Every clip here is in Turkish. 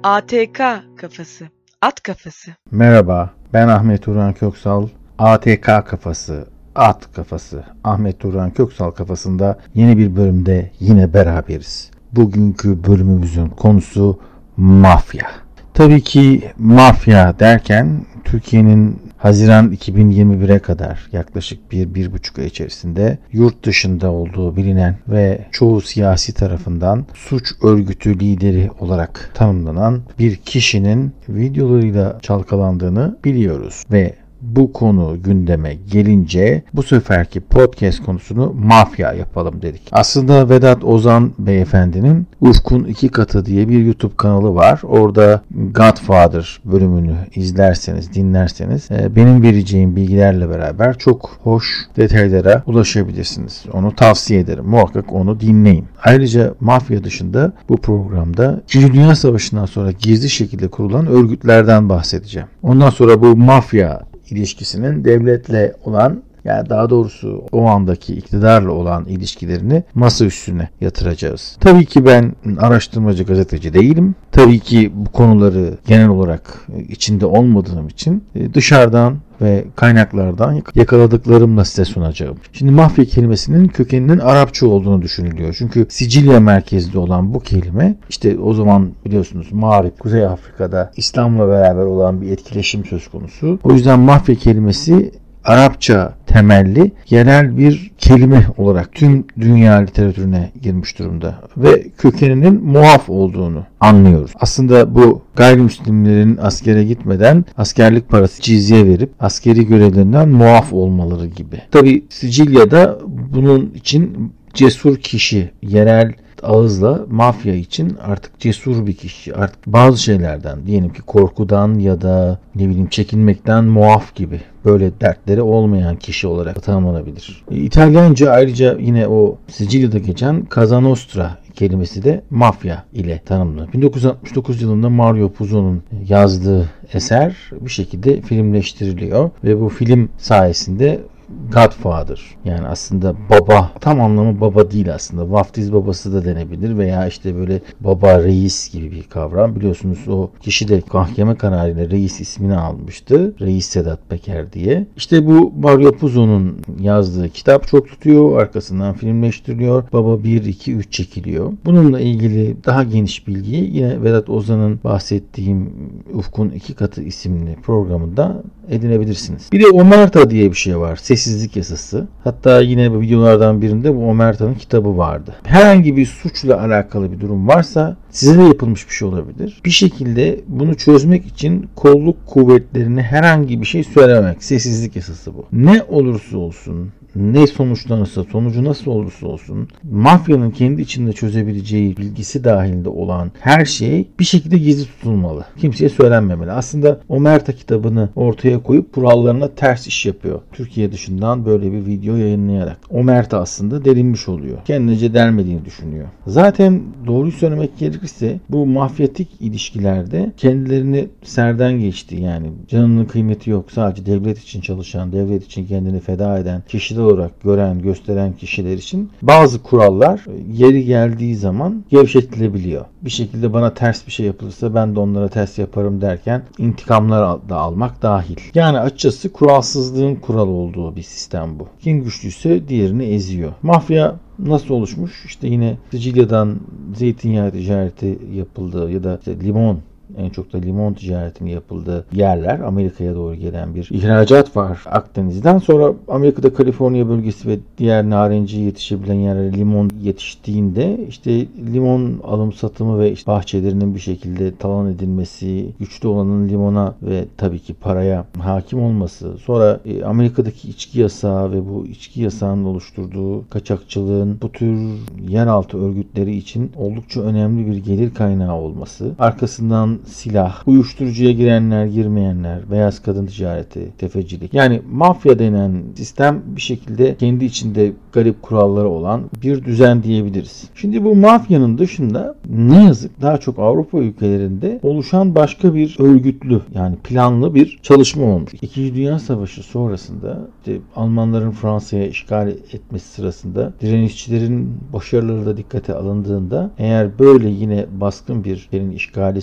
ATK kafası, at kafası. Merhaba, ben Ahmet Turan Köksal. ATK kafası, at kafası, Ahmet Turan Köksal kafasında yeni bir bölümde yine beraberiz. Bugünkü bölümümüzün konusu mafya. Tabii ki mafya derken Türkiye'nin Haziran 2021'e kadar yaklaşık 1-1,5 ay içerisinde yurt dışında olduğu bilinen ve çoğu siyasi tarafından suç örgütü lideri olarak tanımlanan bir kişinin videolarıyla çalkalandığını biliyoruz ve bu konu gündeme gelince bu seferki podcast konusunu mafya yapalım dedik. Aslında Vedat Ozan beyefendinin Ufkun 2 Katı diye bir YouTube kanalı var. Orada Godfather bölümünü izlerseniz, dinlerseniz benim vereceğim bilgilerle beraber çok hoş detaylara ulaşabilirsiniz. Onu tavsiye ederim. Muhakkak onu dinleyin. Ayrıca mafya dışında bu programda 2. Dünya Savaşı'ndan sonra gizli şekilde kurulan örgütlerden bahsedeceğim. Ondan sonra bu mafya ilişkisinin devletle olan, yani daha doğrusu o andaki iktidarla olan ilişkilerini masa üstüne yatıracağız. Tabii ki ben araştırmacı, gazeteci değilim. Tabii ki bu konuları genel olarak içinde olmadığım için dışarıdan ve kaynaklardan yakaladıklarımla size sunacağım. Şimdi mafya kelimesinin kökeninin Arapça olduğunu düşünülüyor. Çünkü Sicilya merkezli olan bu kelime, işte o zaman biliyorsunuz Mağrip, Kuzey Afrika'da İslam'la beraber olan bir etkileşim söz konusu. O yüzden mafya kelimesi Arapça temelli yerel bir kelime olarak tüm dünya literatürüne girmiş durumda ve kökeninin muaf olduğunu anlıyoruz. Aslında bu gayrimüslimlerin askere gitmeden askerlik parası, cizye verip askeri görevlerinden muaf olmaları gibi. Tabii Sicilya'da bunun için cesur kişi, yerel ağızla mafya için artık cesur bir kişi, artık bazı şeylerden, diyelim ki korkudan ya da çekinmekten muaf gibi böyle dertleri olmayan kişi olarak tanımlanabilir. İtalyanca ayrıca yine o Sicilya'da geçen Cosa Nostra kelimesi de mafya ile tanımlanır. 1969 yılında Mario Puzo'nun yazdığı eser bir şekilde filmleştiriliyor ve bu film sayesinde Godfather, yani aslında baba, tam anlamı baba değil aslında, vaftiz babası da denebilir veya işte böyle baba, reis gibi bir kavram. Biliyorsunuz o kişi de mahkeme kararıyla reis ismini almıştı. Reis Sedat Peker diye. İşte bu Mario Puzo'nun yazdığı kitap çok tutuyor. Arkasından filmleştiriliyor. Baba 1, 2, 3 çekiliyor. Bununla ilgili daha geniş bilgiyi yine Vedat Ozan'ın bahsettiğim Ufkun 2 Katı isimli programında edinebilirsiniz. Bir de Omerta diye bir şey var. Sessizlik yasası. Hatta yine bu videolardan birinde bu Omerta'nın kitabı vardı. Herhangi bir suçla alakalı bir durum varsa size de yapılmış bir şey olabilir. Bir şekilde bunu çözmek için kolluk kuvvetlerine herhangi bir şey söylemek. Sessizlik yasası bu. Ne olursa olsun, ne sonuçlanırsa, sonucu nasıl olursa olsun, mafyanın kendi içinde çözebileceği bilgisi dahilinde olan her şey bir şekilde gizli tutulmalı. Kimseye söylenmemeli. Aslında Omerta kitabını ortaya koyup kurallarına ters iş yapıyor. Türkiye dışından böyle bir video yayınlayarak. Omerta aslında delinmiş oluyor. Kendince delmediğini düşünüyor. Zaten doğruyu söylemek gerekirse bu mafyatik ilişkilerde kendilerini serden geçti. Yani canının kıymeti yok. Sadece devlet için çalışan, devlet için kendini feda eden kişiler olarak gösteren kişiler için bazı kurallar yeri geldiği zaman gevşetilebiliyor. Bir şekilde bana ters bir şey yapılırsa ben de onlara ters yaparım derken intikamlar da almak dahil. Yani açıkçası kuralsızlığın kural olduğu bir sistem bu. Kim güçlüyse diğerini eziyor. Mafya nasıl oluşmuş? İşte yine Sicilya'dan zeytinyağı ticareti yapıldığı ya da işte limon, en çok da limon ticaretinin yapıldığı yerler, Amerika'ya doğru gelen bir ihracat var Akdeniz'den. Sonra Amerika'da Kaliforniya bölgesi ve diğer narenci yetişebilen yerlere limon yetiştiğinde işte limon alım satımı ve işte bahçelerinin bir şekilde talan edilmesi, güçlü olanın limona ve tabii ki paraya hakim olması, sonra Amerika'daki içki yasağı ve bu içki yasağının oluşturduğu kaçakçılığın bu tür yeraltı örgütleri için oldukça önemli bir gelir kaynağı olması, arkasından silah, uyuşturucuya girenler, girmeyenler, beyaz kadın ticareti, tefecilik. Yani mafya denen sistem bir şekilde kendi içinde garip kuralları olan bir düzen diyebiliriz. Şimdi bu mafyanın dışında ne yazık daha çok Avrupa ülkelerinde oluşan başka bir örgütlü, yani planlı bir çalışma olmuş. İkinci Dünya Savaşı sonrasında işte Almanların Fransa'ya işgal etmesi sırasında direnişçilerin başarıları da dikkate alındığında, eğer böyle yine baskın bir yerin işgali sırasında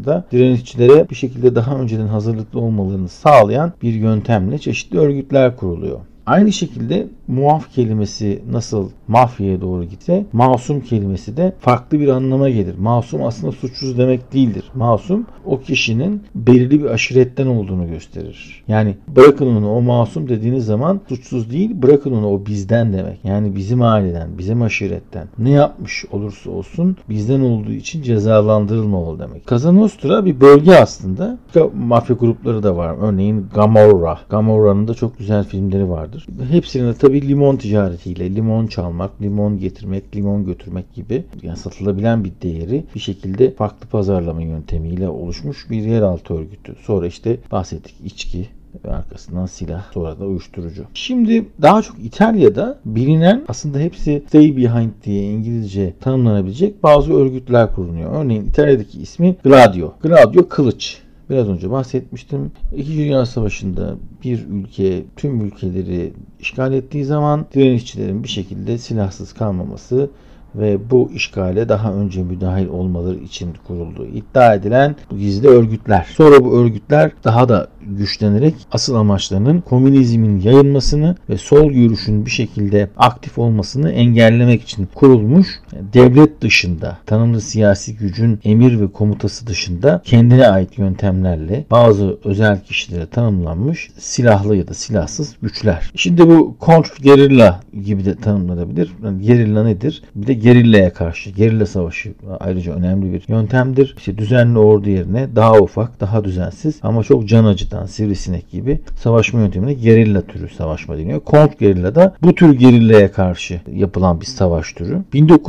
sırasında direnişçilere bir şekilde daha önceden hazırlıklı olmalarını sağlayan bir yöntemle çeşitli örgütler kuruluyor. Aynı şekilde muaf kelimesi nasıl mafyaya doğru gitse, masum kelimesi de farklı bir anlama gelir. Masum aslında suçsuz demek değildir. Masum o kişinin belirli bir aşiretten olduğunu gösterir. Yani bırakın onu, o masum dediğiniz zaman suçsuz değil, bırakın onu, o bizden demek. Yani bizim aileden, bizim aşiretten. Ne yapmış olursa olsun bizden olduğu için cezalandırılmamalı demek. Cosa Nostra bir bölge aslında. Mafya grupları da var. Örneğin Gomorra. Gomorra'nın da çok güzel filmleri vardır. Hepsinin de tabii limon ticaretiyle, limon çalmak, limon getirmek, limon götürmek gibi yani satılabilen bir değeri bir şekilde farklı pazarlama yöntemiyle oluşmuş bir yeraltı örgütü. Sonra işte bahsettik içki ve arkasından silah, sonra da uyuşturucu. Şimdi daha çok İtalya'da bilinen, aslında hepsi stay behind diye İngilizce tanımlanabilecek bazı örgütler kuruluyor. Örneğin İtalya'daki ismi Gladio. Gladio kılıç. Biraz önce bahsetmiştim. İkinci Dünya Savaşı'nda bir ülke tüm ülkeleri işgal ettiği zaman direnişçilerin bir şekilde silahsız kalmaması ve bu işgale daha önce müdahil olmaları için kurulduğu iddia edilen bu gizli örgütler. Sonra bu örgütler daha da güçlenerek asıl amaçlarının komünizmin yayılmasını ve sol görüşün bir şekilde aktif olmasını engellemek için kurulmuş, devlet dışında, tanımlı siyasi gücün emir ve komutası dışında kendine ait yöntemlerle bazı özel kişilere tanımlanmış silahlı ya da silahsız güçler. Şimdi bu kontrgerilla gibi de tanımlanabilir. Yani gerilla nedir? Bir de gerillaya karşı. Gerilla savaşı ayrıca önemli bir yöntemdir. İşte düzenli ordu yerine daha ufak, daha düzensiz ama çok can acıtan sivrisinek gibi savaşma yöntemine gerilla türü savaşma deniyor. Kontrgerilla da bu tür gerillaya karşı yapılan bir savaş türü.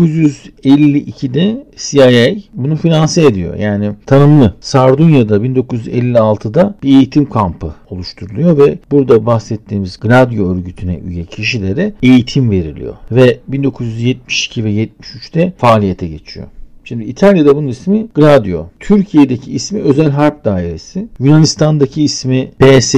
1952'de CIA bunu finanse ediyor. Yani tanımlı. Sardunya'da 1956'da bir eğitim kampı oluşturuluyor ve burada bahsettiğimiz Gladio örgütüne üye kişilere eğitim veriliyor. Ve 1972 ve 73'te faaliyete geçiyor. Şimdi İtalya'da bunun ismi Gladio. Türkiye'deki ismi Özel Harp Dairesi. Yunanistan'daki ismi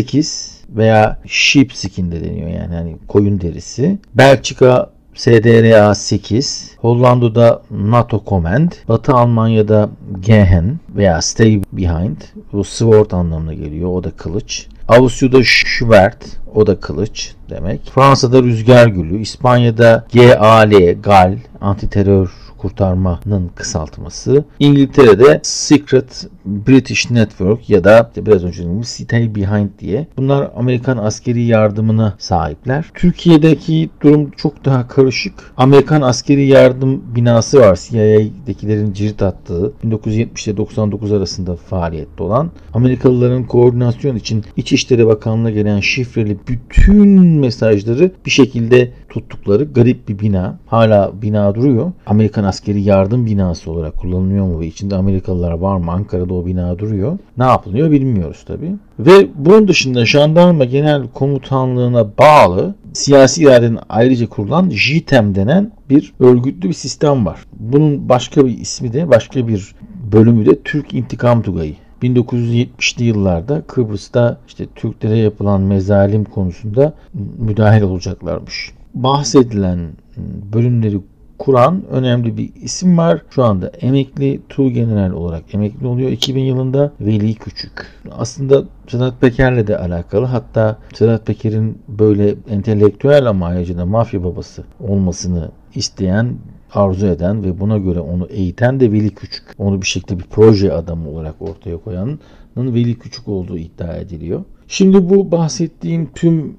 B8 veya Sheepskin de deniyor, yani hani koyun derisi. Belçika SDRA 8, Hollanda'da NATO Command, Batı Almanya'da Gehen veya Stay Behind, bu sword anlamına geliyor, o da kılıç. Avusturya'da Schwert, o da kılıç demek. Fransa'da Rüzgar Gülü, İspanya'da GAL, GAL, antiterör kurtarmanın kısaltması. İngiltere'de Secret British Network ya da biraz önce dediğimiz Stay Behind diye. Bunlar Amerikan askeri yardımına sahipler. Türkiye'deki durum çok daha karışık. Amerikan askeri yardım binası var. CIA'dekilerin cirit attığı 1970 ile 99 arasında faaliyette olan, Amerikalıların koordinasyon için İçişleri Bakanlığı'na gelen şifreli bütün mesajları bir şekilde tuttukları garip bir bina. Hala bina duruyor. Amerikan askeri yardım binası olarak kullanılıyor mu ve içinde Amerikalılar var mı? Ankara'da o bina duruyor. Ne yapılıyor bilmiyoruz tabii. Ve bunun dışında Jandarma Genel Komutanlığı'na bağlı siyasi iradenin ayrıca kurulan JITEM denen bir örgütlü bir sistem var. Bunun başka bir ismi de, başka bir bölümü de Türk İntikam Tugayı. 1970'li yıllarda Kıbrıs'ta işte Türklere yapılan mezalim konusunda müdahil olacaklarmış. Bahsedilen bölümleri kuran önemli bir isim var. Şu anda emekli, Tuğgeneral olarak emekli oluyor 2000 yılında, Veli Küçük. Aslında Sedat Peker'le de alakalı. Hatta Sedat Peker'in böyle entelektüel ama ayrıca da mafya babası olmasını isteyen, arzu eden ve buna göre onu eğiten de Veli Küçük. Onu bir şekilde bir proje adamı olarak ortaya koyanın Veli Küçük olduğu iddia ediliyor. Şimdi bu bahsettiğim tüm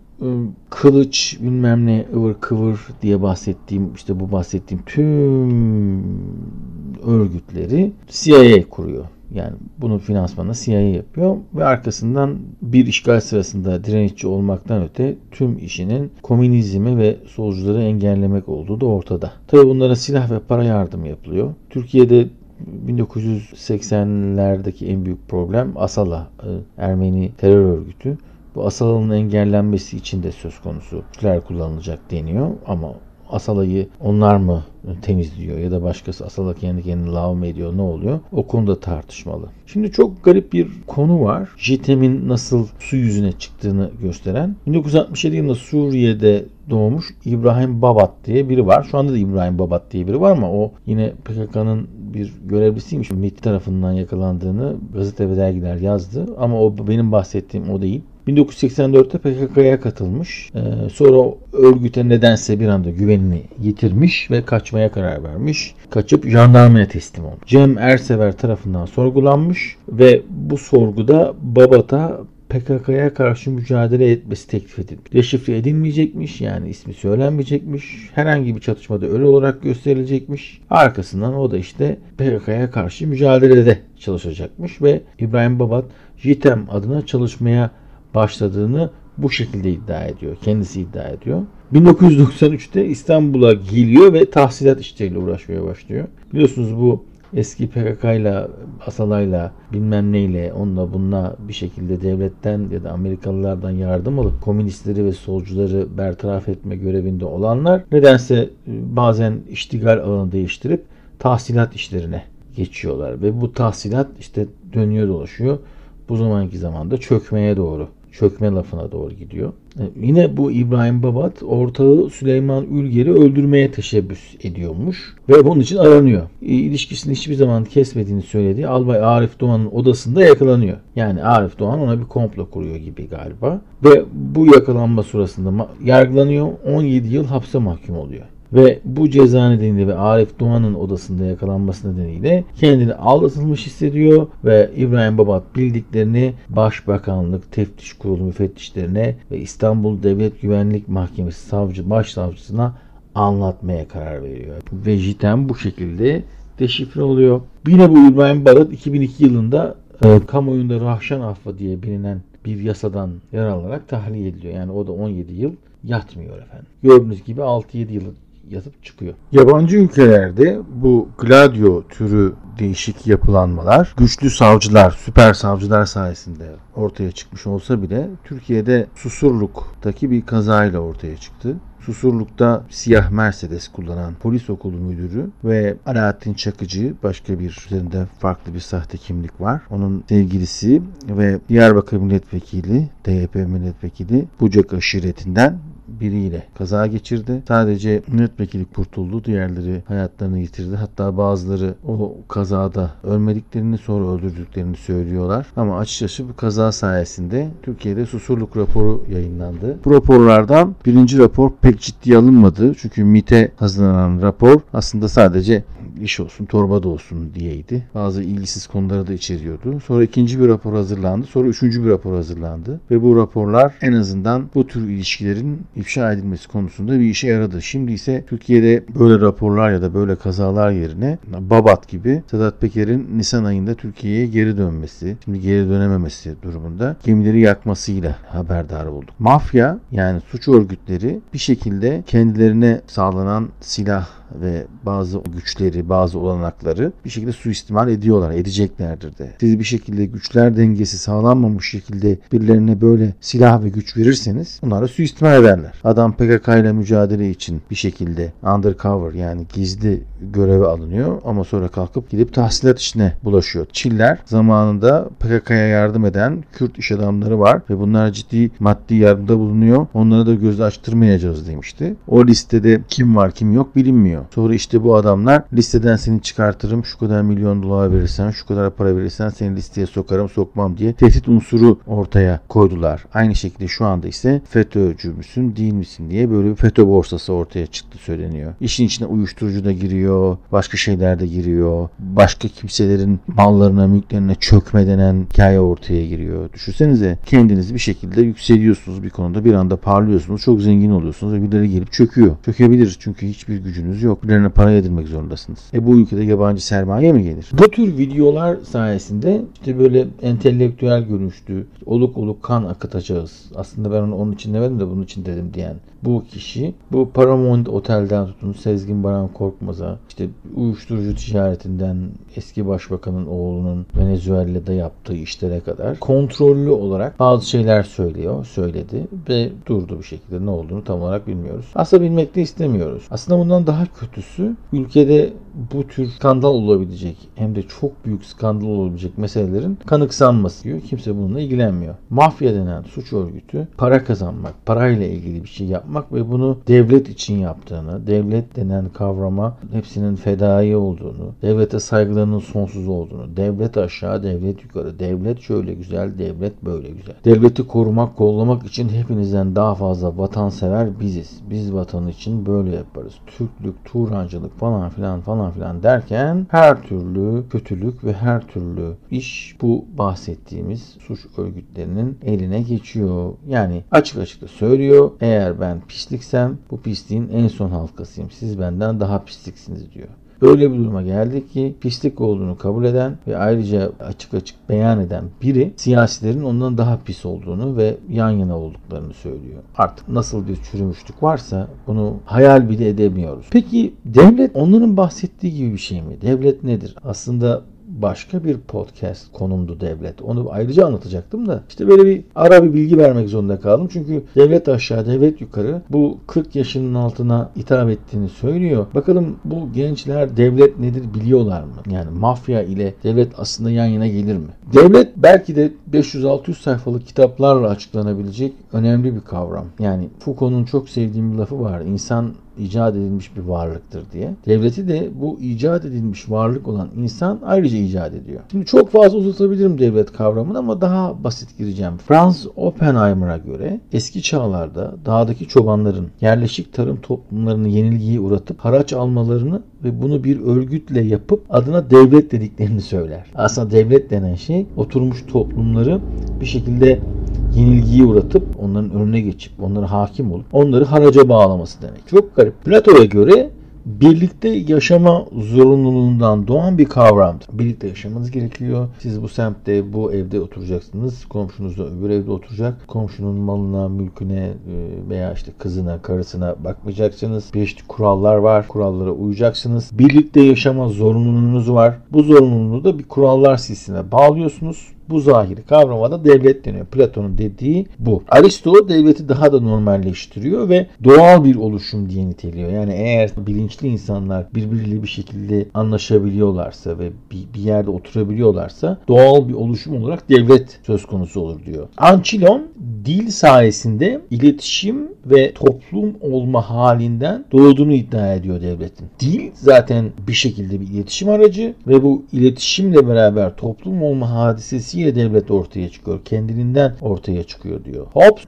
kılıç bilmem ne ıvır kıvır diye bahsettiğim, işte bu bahsettiğim tüm örgütleri CIA kuruyor. Yani bunun finansmanını CIA yapıyor ve arkasından bir işgal sırasında direnişçi olmaktan öte tüm işinin komünizmi ve solcuları engellemek olduğu da ortada. Tabii bunlara silah ve para yardımı yapılıyor. Türkiye'de 1980'lerdeki en büyük problem Asala, Ermeni terör örgütü. Bu Asala'nın engellenmesi için de söz konusu güçler kullanılacak deniyor ama Asala'yı onlar mı temizliyor ya da başkası Asala kendi kendine lav mı ediyor, ne oluyor? O konuda tartışmalı. Şimdi çok garip bir konu var. JITEM'in nasıl su yüzüne çıktığını gösteren. 1967 yılında Suriye'de doğmuş İbrahim Babat diye biri var. Şu anda da İbrahim Babat diye biri var ama o yine PKK'nın bir görevlisiymiş. MİT tarafından yakalandığını gazete ve dergiler yazdı. Ama o benim bahsettiğim o değil. 1984'te PKK'ya katılmış. Sonra örgüte nedense bir anda güvenini yitirmiş ve kaçmaya karar vermiş. Kaçıp jandarmaya teslim olmuş. Cem Ersever tarafından sorgulanmış ve bu sorguda Babat'a PKK'ya karşı mücadele etmesi teklif edilmiş. Deşifre edilmeyecekmiş, yani ismi söylenmeyecekmiş. Herhangi bir çatışmada ölü olarak gösterilecekmiş. Arkasından o da işte PKK'ya karşı mücadelede çalışacakmış ve İbrahim Babat JITEM adına çalışmaya başladığını bu şekilde iddia ediyor. Kendisi iddia ediyor. 1993'te İstanbul'a geliyor ve tahsilat işleriyle uğraşmaya başlıyor. Biliyorsunuz bu eski PKK'yla, Asala'yla, bilmem neyle, onunla bununla bir şekilde devletten ya da Amerikalılardan yardım alıp komünistleri ve solcuları bertaraf etme görevinde olanlar nedense bazen iştigal alanı değiştirip tahsilat işlerine geçiyorlar. Ve bu tahsilat işte dönüyor dolaşıyor. Bu zamanki zamanda çökme lafına doğru gidiyor. Yine bu İbrahim Babat ortağı Süleyman Ülger'i öldürmeye teşebbüs ediyormuş ve bunun için aranıyor. İlişkisini hiçbir zaman kesmediğini söylediği Albay Arif Doğan'ın odasında yakalanıyor. Yani Arif Doğan ona bir komplo kuruyor gibi galiba. Ve bu yakalanma sırasında yargılanıyor. 17 yıl hapse mahkum oluyor. Ve bu ceza nedeniyle ve Arif Doğan'ın odasında yakalanması nedeniyle kendini aldatılmış hissediyor ve İbrahim Babat bildiklerini Başbakanlık Teftiş Kurulu müfettişlerine ve İstanbul Devlet Güvenlik Mahkemesi başsavcısına anlatmaya karar veriyor. Ve JITEM bu şekilde deşifre oluyor. Yine bu İbrahim Babat 2002 yılında kamuoyunda Rahşan Affı diye bilinen bir yasadan yararlanarak tahliye ediliyor. Yani o da 17 yıl yatmıyor efendim. Gördüğünüz gibi 6-7 yıl yatıp çıkıyor. Yabancı ülkelerde bu Gladio türü değişik yapılanmalar güçlü savcılar, süper savcılar sayesinde ortaya çıkmış olsa bile Türkiye'de Susurluk'taki bir kazayla ortaya çıktı. Susurluk'ta siyah Mercedes kullanan polis okulu müdürü ve Alaaddin Çakıcı, başka bir üzerinde farklı bir sahte kimlik var. Onun sevgilisi ve Diyarbakır milletvekili, DYP milletvekili Bucak aşiretinden biriyle kaza geçirdi. Sadece milletvekili kurtuldu. Diğerleri hayatlarını yitirdi. Hatta bazıları o kazada ölmediklerini, sonra öldürdüklerini söylüyorlar. Ama açıkçası bu kaza sayesinde Türkiye'de Susurluk raporu yayınlandı. Bu raporlardan birinci rapor pek ciddiye alınmadı. Çünkü MİT'e hazırlanan rapor aslında sadece iş olsun, torbada olsun diyeydi. Bazı ilgisiz konuları da içeriyordu. Sonra ikinci bir rapor hazırlandı. Sonra üçüncü bir rapor hazırlandı. Ve bu raporlar en azından bu tür ilişkilerin ifşa edilmesi konusunda bir işe yaradı. Şimdi ise Türkiye'de böyle raporlar ya da böyle kazalar yerine Babat gibi Sedat Peker'in Nisan ayında Türkiye'ye geri dönmesi, şimdi geri dönememesi durumunda gemileri yakmasıyla haberdar olduk. Mafya, yani suç örgütleri bir şekilde kendilerine sağlanan silah ve bazı güçleri, bazı olanakları bir şekilde suistimal ediyorlar, edeceklerdir de. Siz bir şekilde güçler dengesi sağlanmamış şekilde birilerine böyle silah ve güç verirseniz bunları suistimal ederler. Adam PKK ile mücadele için bir şekilde undercover, yani gizli göreve alınıyor ama sonra kalkıp gidip tahsilat işine bulaşıyor. Çiller zamanında PKK'ya yardım eden Kürt iş adamları var ve bunlar ciddi maddi yardımda bulunuyor. Onlara da göz açtırmayacağız demişti. O listede kim var kim yok bilinmiyor. Sonra işte bu adamlar listeden seni çıkartırım, şu kadar milyon dolar verirsen, şu kadar para verirsen seni listeye sokarım, sokmam diye tehdit unsuru ortaya koydular. Aynı şekilde şu anda ise FETÖ'cü müsün değil misin diye böyle bir FETÖ borsası ortaya çıktı söyleniyor. İşin içine uyuşturucu da giriyor, başka şeyler de giriyor. Başka kimselerin mallarına, mülklerine çökme denen hikaye ortaya giriyor. Düşünsenize, kendiniz bir şekilde yükseliyorsunuz bir konuda, bir anda parlıyorsunuz, çok zengin oluyorsunuz ve birileri gelip çöküyor. Çökebilir çünkü hiçbir gücünüz yok. Birilerine para yedirmek zorundasınız. Bu ülkede yabancı sermaye mi gelir? Bu tür videolar sayesinde işte böyle entelektüel görünüşlü, oluk oluk kan akıtacağız. Aslında ben onu onun için demedim de bunun için dedim diyen bu kişi bu Paramount Otel'den tutun Sezgin Baran Korkmaz'a, işte uyuşturucu ticaretinden eski başbakanın oğlunun Venezuela'da yaptığı işlere kadar kontrollü olarak bazı şeyler söyledi ve durdu bir şekilde. Ne olduğunu tam olarak bilmiyoruz. Aslında bilmek de istemiyoruz. Aslında bundan daha kötüsü, ülkede bu tür skandal olabilecek, hem de çok büyük skandal olabilecek meselelerin kanıksanması diyor. Kimse bununla ilgilenmiyor. Mafya denen suç örgütü para kazanmak, parayla ilgili bir şey yapmak ve bunu devlet için yaptığını, devlet denen kavrama hepsinin fedai olduğunu, devlete saygılarının sonsuz olduğunu, devlet aşağı, devlet yukarı, devlet şöyle güzel, devlet böyle güzel. Devleti korumak, kollamak için hepinizden daha fazla vatansever biziz. Biz vatan için böyle yaparız. Türklük, Turancılık falan filan derken her türlü kötülük ve her türlü iş bu bahsettiğimiz suç örgütlerinin eline geçiyor. Yani açık açık da söylüyor. Eğer ben pisliksem bu pisliğin en son halkasıyım. Siz benden daha pisliksiniz diyor. Öyle bir duruma geldik ki pislik olduğunu kabul eden ve ayrıca açık açık beyan eden biri siyasilerin ondan daha pis olduğunu ve yan yana olduklarını söylüyor. Artık nasıl bir çürümüşlük varsa bunu hayal bile edemiyoruz. Peki devlet onların bahsettiği gibi bir şey mi? Devlet nedir? Aslında başka bir podcast konumdu devlet. Onu ayrıca anlatacaktım da işte böyle bir ara bir bilgi vermek zorunda kaldım. Çünkü devlet aşağı, devlet yukarı bu 40 yaşının altına hitap ettiğini söylüyor. Bakalım bu gençler devlet nedir biliyorlar mı? Yani mafya ile devlet aslında yan yana gelir mi? Devlet belki de 500-600 sayfalık kitaplarla açıklanabilecek önemli bir kavram. Yani Foucault'un çok sevdiğim bir lafı var. İnsan icat edilmiş bir varlıktır diye. Devleti de bu icat edilmiş varlık olan insan ayrıca icat ediyor. Şimdi çok fazla uzatabilirim devlet kavramını ama daha basit gireceğim. Franz Oppenheimer'a göre eski çağlarda dağdaki çobanların yerleşik tarım toplumlarını yenilgiye uğratıp haraç almalarını ve bunu bir örgütle yapıp adına devlet dediklerini söyler. Aslında devlet denen şey oturmuş toplumları bir şekilde yenilgiye uğratıp onların önüne geçip onlara hakim olup onları haraca bağlaması demek. Çok garip. Plato'ya göre birlikte yaşama zorunluluğundan doğan bir kavramdır. Birlikte yaşamanız gerekiyor. Siz bu semtte, bu evde oturacaksınız. Komşunuz da öbür evde oturacak. Komşunun malına, mülküne veya işte kızına, karısına bakmayacaksınız. Bir işte kurallar var. Kurallara uyacaksınız. Birlikte yaşama zorunluluğunuz var. Bu zorunluluğu da bir kurallar silsiline bağlıyorsunuz. Bu zahiri kavrama da devlet deniyor. Platon'un dediği bu. Aristo devleti daha da normalleştiriyor ve doğal bir oluşum diye niteliyor. Yani eğer bilinçli insanlar birbiriyle bir şekilde anlaşabiliyorlarsa ve bir yerde oturabiliyorlarsa doğal bir oluşum olarak devlet söz konusu olur diyor. Ancillon dil sayesinde iletişim ve toplum olma halinden doğduğunu iddia ediyor devletin. Dil zaten bir şekilde bir iletişim aracı ve bu iletişimle beraber toplum olma hadisesi devlet ortaya çıkıyor. Kendiliğinden ortaya çıkıyor diyor. Hobbes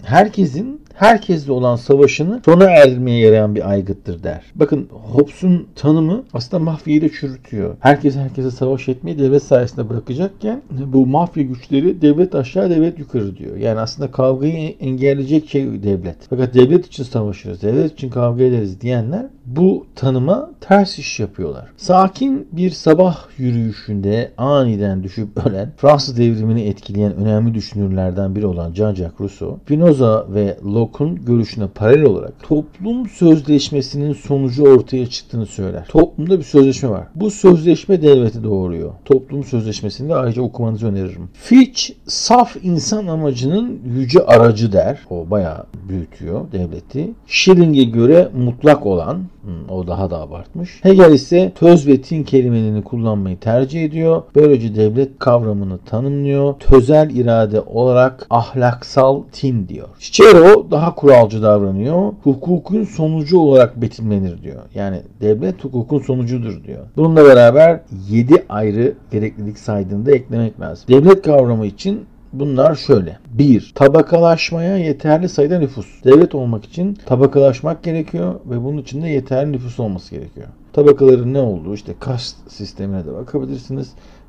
herkesle olan savaşını sona erdirmeye yarayan bir aygıttır der. Bakın Hobbes'un tanımı aslında mafyayı da çürütüyor. Herkes herkese savaş etmeyi devlet sayesinde bırakacakken bu mafya güçleri devlet aşağı devlet yukarı diyor. Yani aslında kavgayı engelleyecek şey devlet. Fakat devlet için savaşırız, devlet için kavga ederiz diyenler bu tanıma ters iş yapıyorlar. Sakin bir sabah yürüyüşünde aniden düşüp ölen Fransız devrimini etkileyen önemli düşünürlerden biri olan Jean-Jacques Rousseau, Spinoza ve Locke'un görüşüne paralel olarak toplum sözleşmesinin sonucu ortaya çıktığını söyler. Toplumda bir sözleşme var. Bu sözleşme devleti doğuruyor. Toplum sözleşmesini de ayrıca okumanızı öneririm. Fichte saf insan amacının yüce aracı der. O bayağı büyütüyor devleti. Schilling'e göre mutlak olan, o daha da abartmış. Hegel ise töz ve tin kelimelerini kullanmayı tercih ediyor. Böylece devlet kavramını tanımlıyor. Tözel irade olarak ahlaksal tin diyor. Cicero daha kuralcı davranıyor. Hukukun sonucu olarak betimlenir diyor. Yani devlet hukukun sonucudur diyor. Bununla beraber 7 ayrı gereklilik saydığını da eklemek lazım. Devlet kavramı için bunlar şöyle. 1. Tabakalaşmaya yeterli sayıda nüfus. Devlet olmak için tabakalaşmak gerekiyor ve bunun için de yeterli nüfus olması gerekiyor. Tabakaların ne olduğu işte kast sistemine de bakabilirsiniz.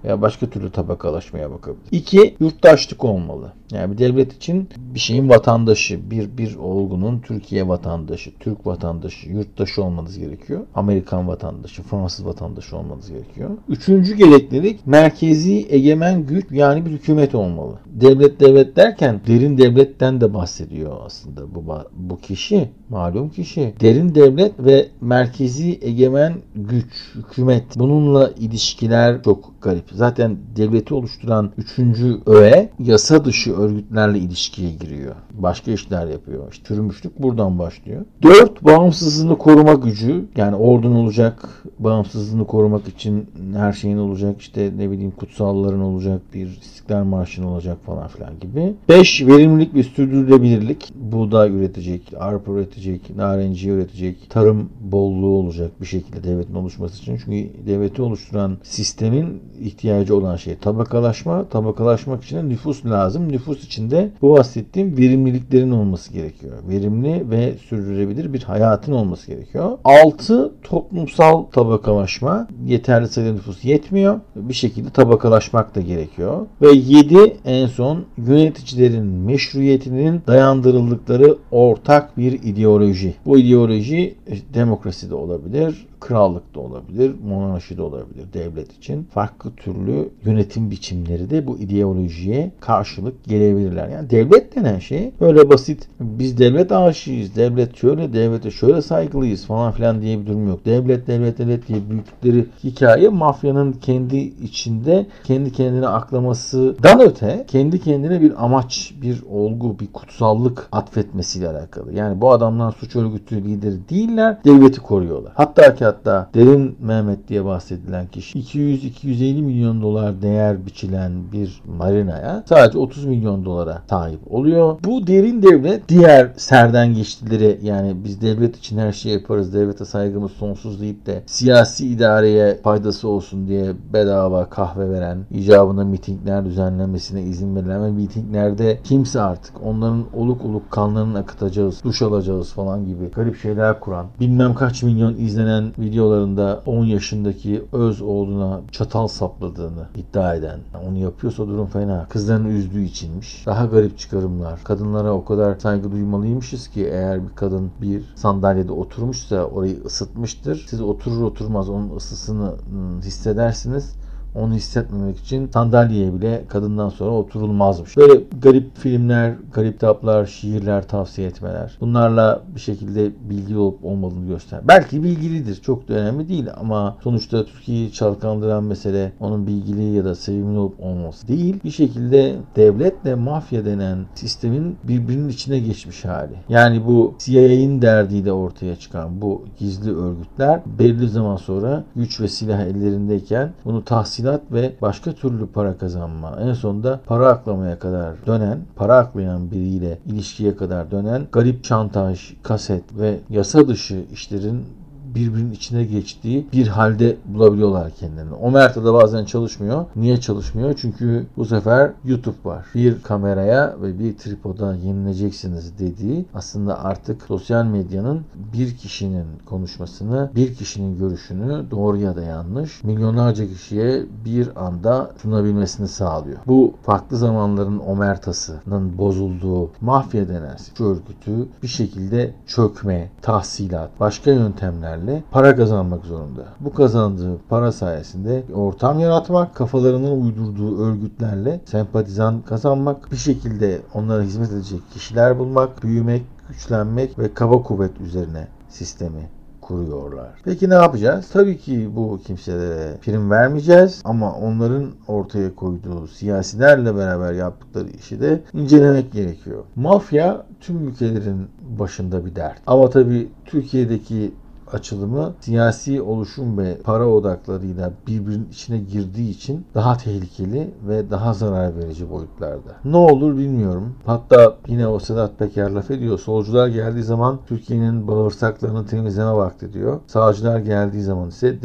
veya başka türlü tabakalaşmaya bakabilir. 2. Yurttaşlık olmalı. Yani bir devlet için bir şeyin vatandaşı, bir olgunun Türkiye vatandaşı, Türk vatandaşı, yurttaşı olmanız gerekiyor. Amerikan vatandaşı, Fransız vatandaşı olmanız gerekiyor. 3. gereklilik merkezi egemen güç, yani bir hükümet olmalı. Devlet derken derin devletten de bahsediyor aslında bu kişi, malum kişi. Derin devlet ve merkezi egemen güç, hükümet. Bununla ilişkiler çok garip. Zaten devleti oluşturan 3. öğe yasa dışı örgütlerle ilişkiye giriyor. Başka işler yapıyor. İşte çürümüşlük buradan başlıyor. 4. Bağımsızlığını koruma gücü. Yani ordun olacak, bağımsızlığını korumak için her şeyin olacak. İşte ne bileyim kutsalların olacak, bir İstiklal Marşı'nın olacak falan filan gibi. 5. Verimlilik ve sürdürülebilirlik. Buğday üretecek, arpa üretecek, narenciye üretecek, tarım bolluğu olacak bir şekilde devletin oluşması için. Çünkü devleti oluşturan sistemin ihtiyacı olan şey tabakalaşma. Tabakalaşmak için de nüfus lazım. Nüfus içinde bu bahsettiğim verimliliklerin olması gerekiyor. Verimli ve sürdürülebilir bir hayatın olması gerekiyor. 6. Toplumsal tabakalaşma. Yeterli sayıda nüfus yetmiyor. Bir şekilde tabakalaşmak da gerekiyor. Ve 7. en son yöneticilerin meşruiyetinin dayandırıldıkları ortak bir ideoloji. Bu ideoloji demokrasi de olabilir, krallık da olabilir, monarşi de olabilir devlet için. Farklı türlü yönetim biçimleri de bu ideolojiye karşılık gelebilirler. Yani devlet denen şey öyle basit, biz devlet aşığıyız, devlet şöyle, devlete şöyle saygılıyız falan filan diye bir durum yok. Devlet diye büyüttükleri hikaye mafyanın kendi içinde kendi kendine aklamasından öte kendi kendine bir amaç, bir olgu, bir kutsallık atfetmesiyle alakalı. Yani bu adamlar suç örgütü lideri değiller, devleti koruyorlar. Hatta Derin Mehmet diye bahsedilen kişi 200-250 milyon dolar değer biçilen bir marinaya sadece 30 milyon dolara sahip oluyor. Bu derin devlet diğer serdengeçlileri, yani biz devlet için her şeyi yaparız, devlete saygımız sonsuz deyip de siyasi idareye faydası olsun diye bedava kahve veren, icabında mitingler düzenlenmesine izin verilen ve mitinglerde kimse artık onların oluk kanlarını akıtacağız, duş alacağız falan gibi garip şeyler kuran, bilmem kaç milyon izlenen videolarında 10 yaşındaki öz oğluna çatal sapladığını iddia eden, onu yapıyorsa durum fena. Kızlarını üzdüğü içinmiş. Daha garip çıkarımlar. Kadınlara o kadar saygı duymalıymışız ki eğer bir kadın bir sandalyede oturmuşsa orayı ısıtmıştır. Siz oturur oturmaz onun ısısını hissedersiniz. Onu hissetmemek için sandalyeye bile kadından sonra oturulmazmış. Böyle garip filmler, garip kitaplar, şiirler tavsiye etmeler. Bunlarla bir şekilde bilgili olup olmadığını göster. Belki bilgilidir. Çok da önemli değil ama sonuçta Türkiye'yi çalkandıran mesele onun bilgili ya da sevimli olup olması değil. Bir şekilde devletle mafya denen sistemin birbirinin içine geçmiş hali. Yani bu CIA'nin derdiyle ortaya çıkan bu gizli örgütler belli zaman sonra güç ve silah ellerindeyken bunu tahsil ve başka türlü para kazanma, en sonunda para aklamaya kadar dönen, para aklayan biriyle ilişkiye kadar dönen garip şantaj, kaset ve yasa dışı işlerin birbirinin içine geçtiği bir halde bulabiliyorlar kendilerini. Omerta da bazen çalışmıyor. Niye çalışmıyor? Çünkü bu sefer YouTube var. Bir kameraya ve bir tripoda yenileneceksiniz dediği, aslında artık sosyal medyanın bir kişinin konuşmasını, bir kişinin görüşünü doğru ya da yanlış milyonlarca kişiye bir anda sunabilmesini sağlıyor. Bu farklı zamanların omertasının bozulduğu mafya denen şu örgütü bir şekilde çökme, tahsilat, başka yöntemlerle para kazanmak zorunda. Bu kazandığı para sayesinde ortam yaratmak, kafalarının uydurduğu örgütlerle sempatizan kazanmak, bir şekilde onlara hizmet edecek kişiler bulmak, büyümek, güçlenmek ve kaba kuvvet üzerine sistemi kuruyorlar. Peki ne yapacağız? Tabii ki bu kimselere prim vermeyeceğiz ama onların ortaya koyduğu siyasilerle beraber yaptıkları işi de incelemek gerekiyor. Mafya tüm ülkelerin başında bir dert. Ama tabii Türkiye'deki açılımı siyasi oluşum ve para odaklarıyla birbirinin içine girdiği için daha tehlikeli ve daha zarar verici boyutlarda. Ne olur bilmiyorum. Hatta yine o Sedat Peker laf ediyor. Solcular geldiği zaman Türkiye'nin bağırsaklarını temizleme vakti diyor. Sağcılar geldiği zaman ise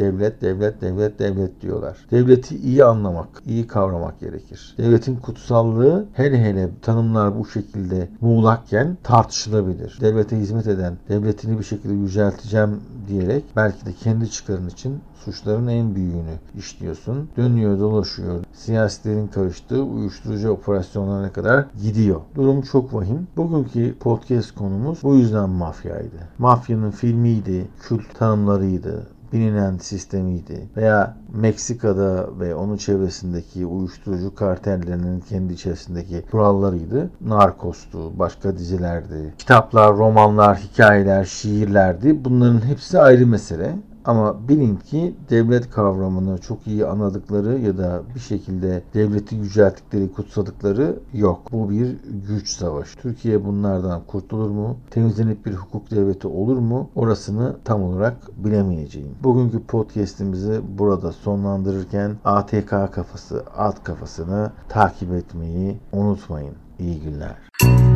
devlet diyorlar. Devleti iyi anlamak, iyi kavramak gerekir. Devletin kutsallığı hele tanımlar bu şekilde muğlakken tartışılabilir. Devlete hizmet eden, devletini bir şekilde yücelteceğim diyerek belki de kendi çıkarın için suçların en büyüğünü işliyorsun. Dönüyor dolaşıyor. Siyasilerin karıştığı uyuşturucu operasyonlarına kadar gidiyor. Durum çok vahim. Bugünkü podcast konumuz bu yüzden mafyaydı. Mafyanın filmiydi, kült tanımlarıydı, bilinen sistemiydi veya Meksika'da ve onun çevresindeki uyuşturucu kartellerinin kendi içerisindeki kurallarıydı. Narcos'tu, başka dizilerdi, kitaplar, romanlar, hikayeler, şiirlerdi. Bunların hepsi ayrı mesele. Ama bilin ki devlet kavramını çok iyi anladıkları ya da bir şekilde devleti yücelttikleri, kutsadıkları yok. Bu bir güç savaşı. Türkiye bunlardan kurtulur mu? Temizlenip bir hukuk devleti olur mu? Orasını tam olarak bilemeyeceğim. Bugünkü podcast'imizi burada sonlandırırken ATK kafası, alt kafasını takip etmeyi unutmayın. İyi günler.